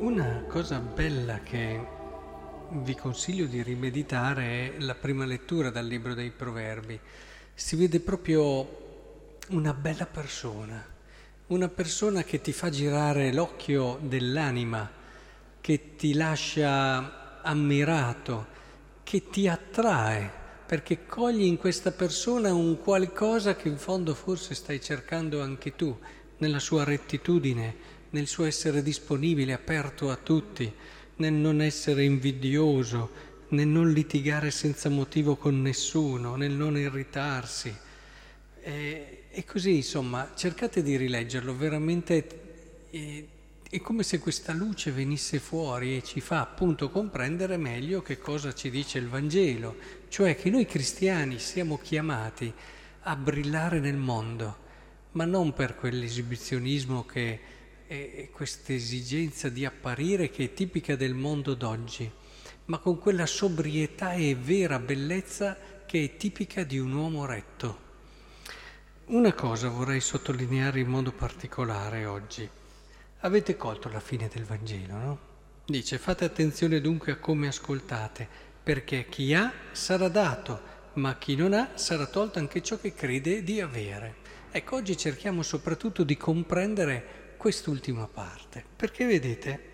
Una cosa bella che vi consiglio di rimeditare è la prima lettura dal libro dei Proverbi. Si vede proprio una persona che ti fa girare l'occhio dell'anima, che ti lascia ammirato, che ti attrae, perché cogli in questa persona un qualcosa che in fondo forse stai cercando anche tu, nella sua rettitudine, nel suo essere disponibile, aperto a tutti, nel non essere invidioso, nel non litigare senza motivo con nessuno, nel non irritarsi. E così, insomma, cercate di rileggerlo, veramente è come se questa luce venisse fuori e ci fa appunto comprendere meglio che cosa ci dice il Vangelo, cioè che noi cristiani siamo chiamati a brillare nel mondo, ma non per quell'esibizionismo che è questa esigenza di apparire che è tipica del mondo d'oggi, ma con quella sobrietà e vera bellezza che è tipica di un uomo retto. Una cosa vorrei sottolineare in modo particolare oggi. Avete colto la fine del Vangelo, no? Dice: fate attenzione dunque a come ascoltate, perché chi ha sarà dato, ma a chi non ha sarà tolto anche ciò che crede di avere. Ecco, oggi cerchiamo soprattutto di comprendere quest'ultima parte, perché vedete,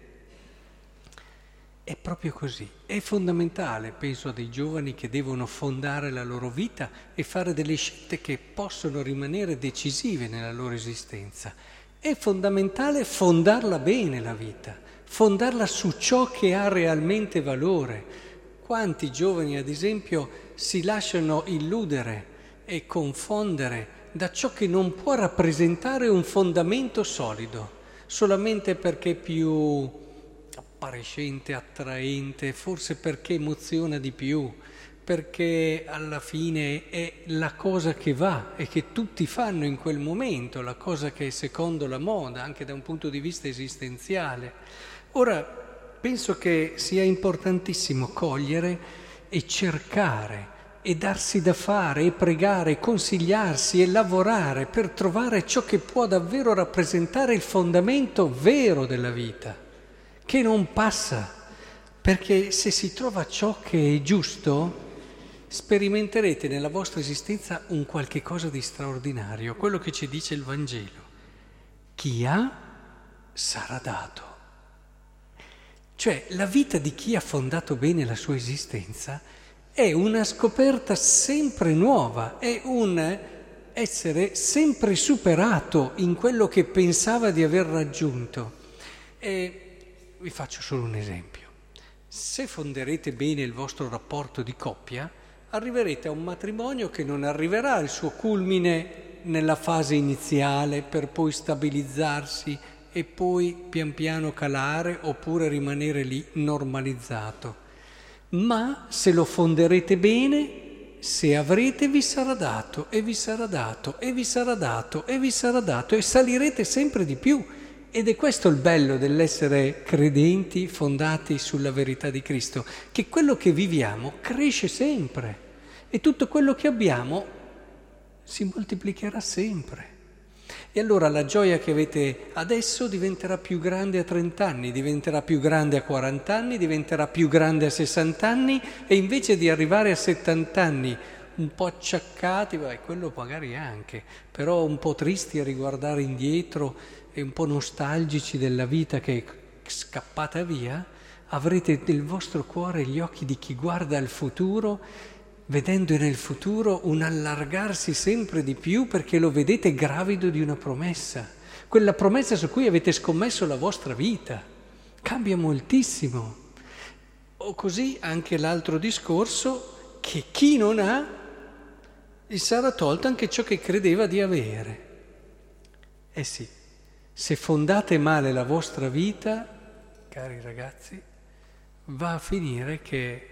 è proprio così, è fondamentale, penso a dei giovani che devono fondare la loro vita e fare delle scelte che possono rimanere decisive nella loro esistenza. È fondamentale fondarla bene la vita, fondarla su ciò che ha realmente valore. Quanti giovani, ad esempio, si lasciano illudere e confondere da ciò che non può rappresentare un fondamento solido, solamente perché è più appariscente, attraente, forse perché emoziona di più, perché alla fine è la cosa che va e che tutti fanno in quel momento, la cosa che è secondo la moda, anche da un punto di vista esistenziale. Ora, penso che sia importantissimo cogliere e cercare e darsi da fare e pregare, e consigliarsi e lavorare per trovare ciò che può davvero rappresentare il fondamento vero della vita, che non passa, perché se si trova ciò che è giusto, sperimenterete nella vostra esistenza un qualche cosa di straordinario, quello che ci dice il Vangelo. Chi ha sarà dato. Cioè la vita di chi ha fondato bene la sua esistenza è una scoperta sempre nuova, è un essere sempre superato in quello che pensava di aver raggiunto. E vi faccio solo un esempio. Se fonderete bene il vostro rapporto di coppia, arriverete a un matrimonio che non arriverà al suo culmine nella fase iniziale per poi stabilizzarsi e poi pian piano calare oppure rimanere lì normalizzato. Ma se lo fonderete bene, se avrete vi sarà dato e vi sarà dato e vi sarà dato e vi sarà dato e salirete sempre di più. Ed è questo il bello dell'essere credenti fondati sulla verità di Cristo, che quello che viviamo cresce sempre e tutto quello che abbiamo si moltiplicherà sempre. E allora la gioia che avete adesso diventerà più grande a 30 anni, diventerà più grande a 40 anni, diventerà più grande a 60 anni e invece di arrivare a 70 anni un po' acciaccati, quello magari anche, però un po' tristi a riguardare indietro e un po' nostalgici della vita che è scappata via, avrete nel vostro cuore gli occhi di chi guarda al futuro, vedendo nel futuro un allargarsi sempre di più perché lo vedete gravido di una promessa, quella promessa su cui avete scommesso la vostra vita. Cambia moltissimo. O così anche l'altro discorso, che chi non ha gli sarà tolto anche ciò che credeva di avere. Eh sì, se fondate male la vostra vita, cari ragazzi, va a finire che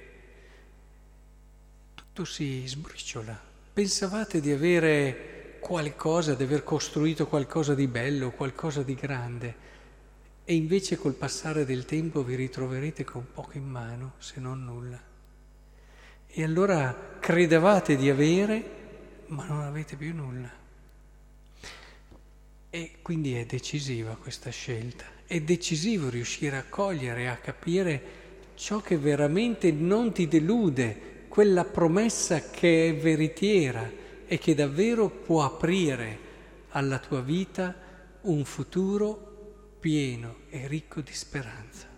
tutto si sbriciola. Pensavate di avere qualcosa, di aver costruito qualcosa di bello, qualcosa di grande, e invece col passare del tempo vi ritroverete con poco in mano, se non nulla. E allora credevate di avere, ma non avete più nulla. E quindi è decisiva questa scelta. è decisivo riuscire a cogliere, a capire ciò che veramente non ti delude, quella promessa che è veritiera e che davvero può aprire alla tua vita un futuro pieno e ricco di speranza.